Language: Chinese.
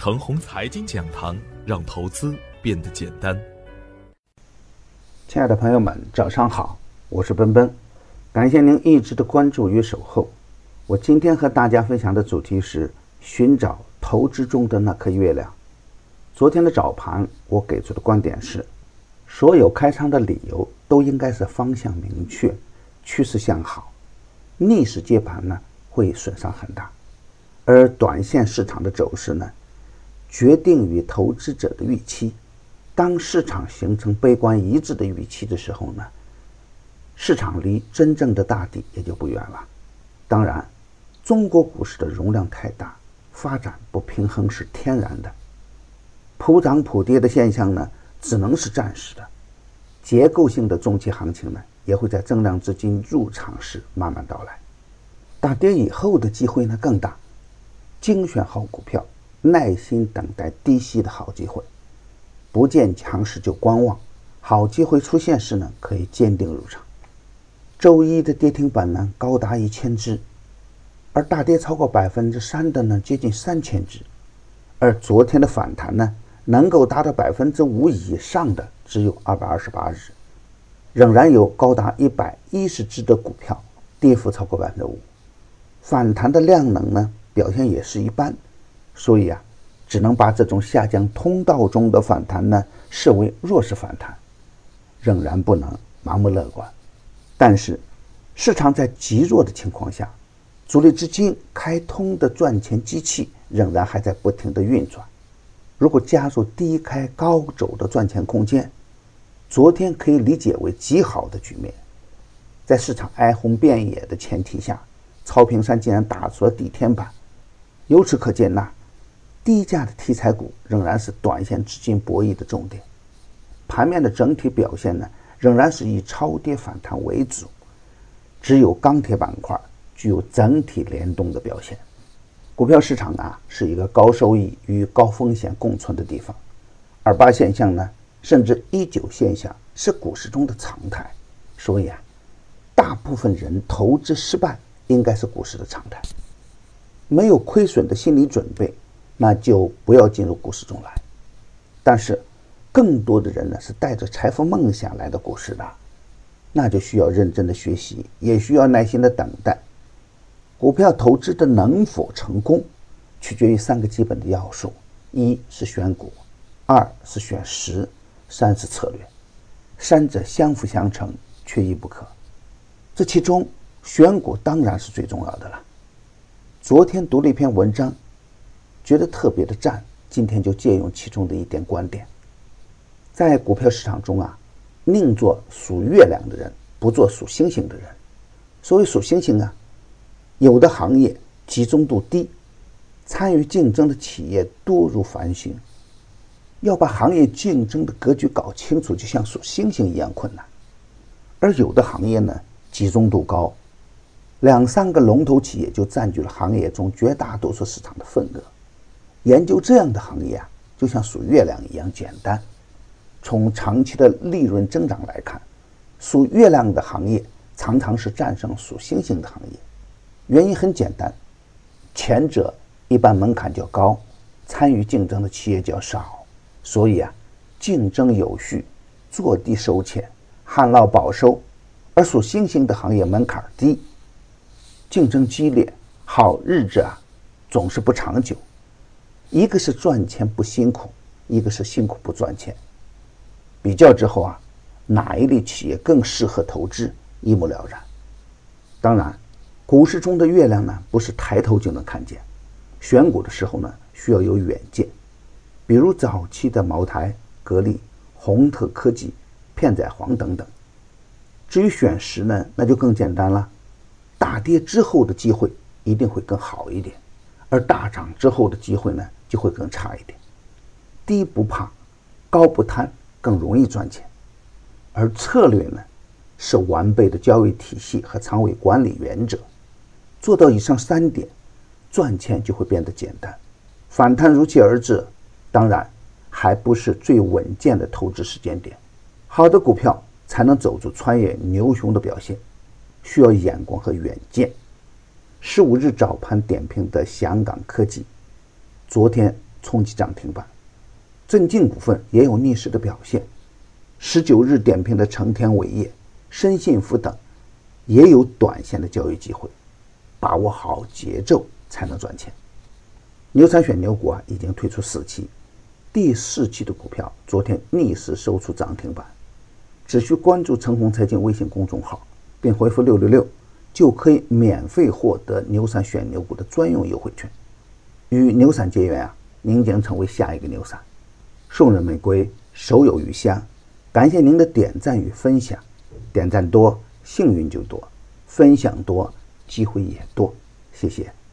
程红财经讲堂，让投资变得简单。 亲爱的朋友们，早上好，我是奔奔，感谢您一直的关注与守候。我今天和大家分享的主题是寻找投资中的那颗月亮。昨天的早盘，我给出的观点是，所有开仓的理由都应该是方向明确，趋势向好，逆势接盘呢会损伤很大。而短线市场的走势呢，决定于投资者的预期。当市场形成悲观一致的预期的时候呢，市场离真正的大底也就不远了。当然，中国股市的容量太大，发展不平衡是天然的，普涨普跌的现象呢，只能是暂时的。结构性的中期行情呢，也会在增量资金入场时慢慢到来。大跌以后的机会呢更大，精选好股票，耐心等待低吸的好机会，不见强势就观望，好机会出现时呢，可以坚定入场。周一的跌停板呢高达1000只，而大跌超过3%的呢接近3000只，而昨天的反弹呢能够达到5%以上的只有228只，仍然有高达110只的股票跌幅超过5%，反弹的量能呢表现也是一般，所以只能把这种下降通道中的反弹呢视为弱势反弹，仍然不能盲目乐观。但是市场在极弱的情况下，主力资金开通的赚钱机器仍然还在不停的运转。如果加入低开高走的赚钱空间，昨天可以理解为极好的局面。在市场哀鸿遍野的前提下，曹平山竟然打出了底天板。由此可见低价的题材股仍然是短线资金博弈的重点。盘面的整体表现呢，仍然是以超跌反弹为主，只有钢铁板块具有整体联动的表现。股票市场是一个高收益与高风险共存的地方，28现象呢，甚至19现象是股市中的常态，所以大部分人投资失败应该是股市的常态。没有亏损的心理准备，那就不要进入股市中来。但是更多的人呢是带着财富梦想来的股市的，那就需要认真的学习，也需要耐心的等待。股票投资的能否成功，取决于3个基本的要素：一是选股，2是选时，3是策略。三者相辅相成，缺一不可。这其中选股当然是最重要的了。昨天读了一篇文章，觉得特别的赞，今天就借用其中的一点观点。在股票市场中宁做属月亮的人，不做属星星的人。所谓属星星有的行业集中度低，参与竞争的企业多如繁星，要把行业竞争的格局搞清楚，就像属星星一样困难。而有的行业呢，集中度高，2-3个龙头企业就占据了行业中绝大多数市场的份额。研究这样的行业就像数月亮一样简单。从长期的利润增长来看，数月亮的行业常常是战胜数星星的行业。原因很简单，前者一般门槛较高，参与竞争的企业较少，所以竞争有序，坐低收钱，旱涝保收。而属星星的行业门槛低，竞争激烈，好日子总是不长久。一个是赚钱不辛苦，一个是辛苦不赚钱。比较之后哪一类企业更适合投资，一目了然。当然，股市中的月亮呢，不是抬头就能看见。选股的时候呢，需要有远见。比如早期的茅台、格力、宏特科技、片仔癀等等。至于选时呢，那就更简单了。大跌之后的机会一定会更好一点，而大涨之后的机会呢，就会更差一点。低不怕，高不贪，更容易赚钱。而策略呢，是完备的交易体系和仓位管理原则。做到以上3点，赚钱就会变得简单。反弹如期而至，当然还不是最稳健的投资时间点。好的股票才能走出穿越牛熊的表现，需要眼光和远见。15日早盘点评的香港科技，昨天冲击涨停板。镇静股份也有逆势的表现，19日点评的成天伟业、深信福等也有短线的交易机会，把握好节奏才能赚钱。牛散选牛股已经推出4期，第4期的股票昨天逆势收出涨停板，只需关注陈红财经微信公众号并回复666，就可以免费获得牛散选牛股的专用优惠券，与牛散结缘您将成为下一个牛散。送人玫瑰，手有余香。感谢您的点赞与分享，点赞多幸运就多，分享多机会也多，谢谢。